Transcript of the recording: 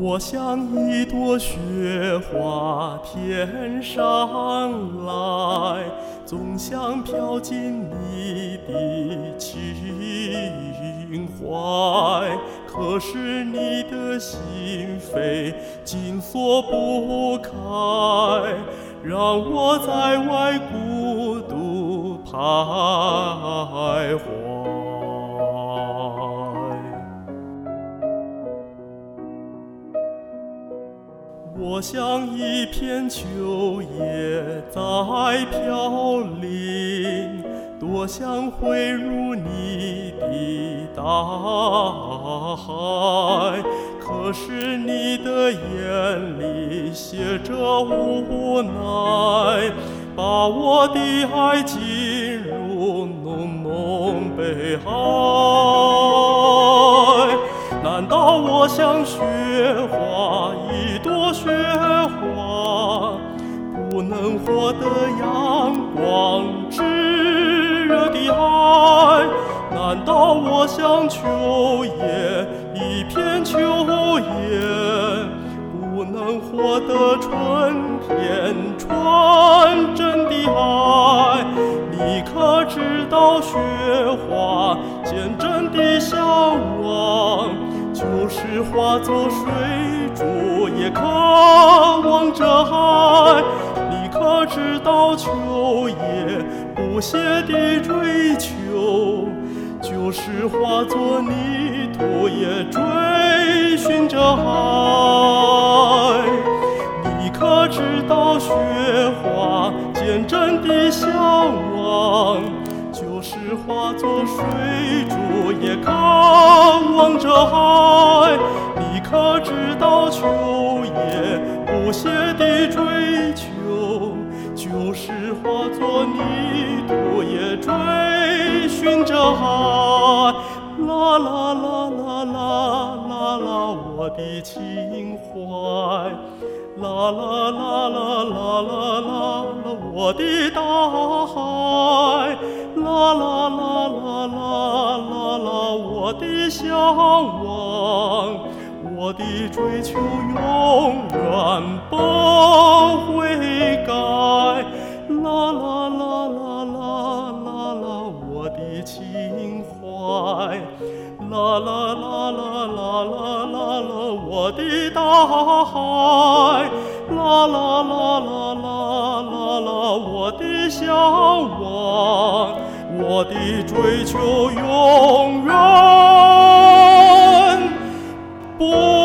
我像一朵雪花天上来，总想飘进你的情怀。可是你的心扉紧锁不开，让我在外孤独徘徊。我像一片秋叶在飘零，多想汇入你的大海，可是你的眼里写着无奈，把我的爱进入浓浓悲哀。难道我像雪花，一朵雪花，不能获得阳光炙热的爱？难道我像秋叶，一片秋叶，不能获得春天纯真的爱？你可知道雪花坚贞的向往，就是化作水珠也渴望着海。你可知道秋叶不懈的追求，就是化作泥土也追寻着海。你可知道雪花坚贞的向往，就是化作水珠也渴望着海。你可知道秋叶不懈的追求，就是化作泥土也追寻着海。啦啦啦啦啦啦啦，我的情怀。啦啦啦啦啦啦啦啦，我的大海。啦啦啦啦啦啦啦，我的向往，我的追求永远不会改。啦啦啦啦啦啦啦，我的情怀。啦啦啦啦啦啦啦啦，我的大海。啦啦啦啦啦啦啦，我的向往，我的追求永远不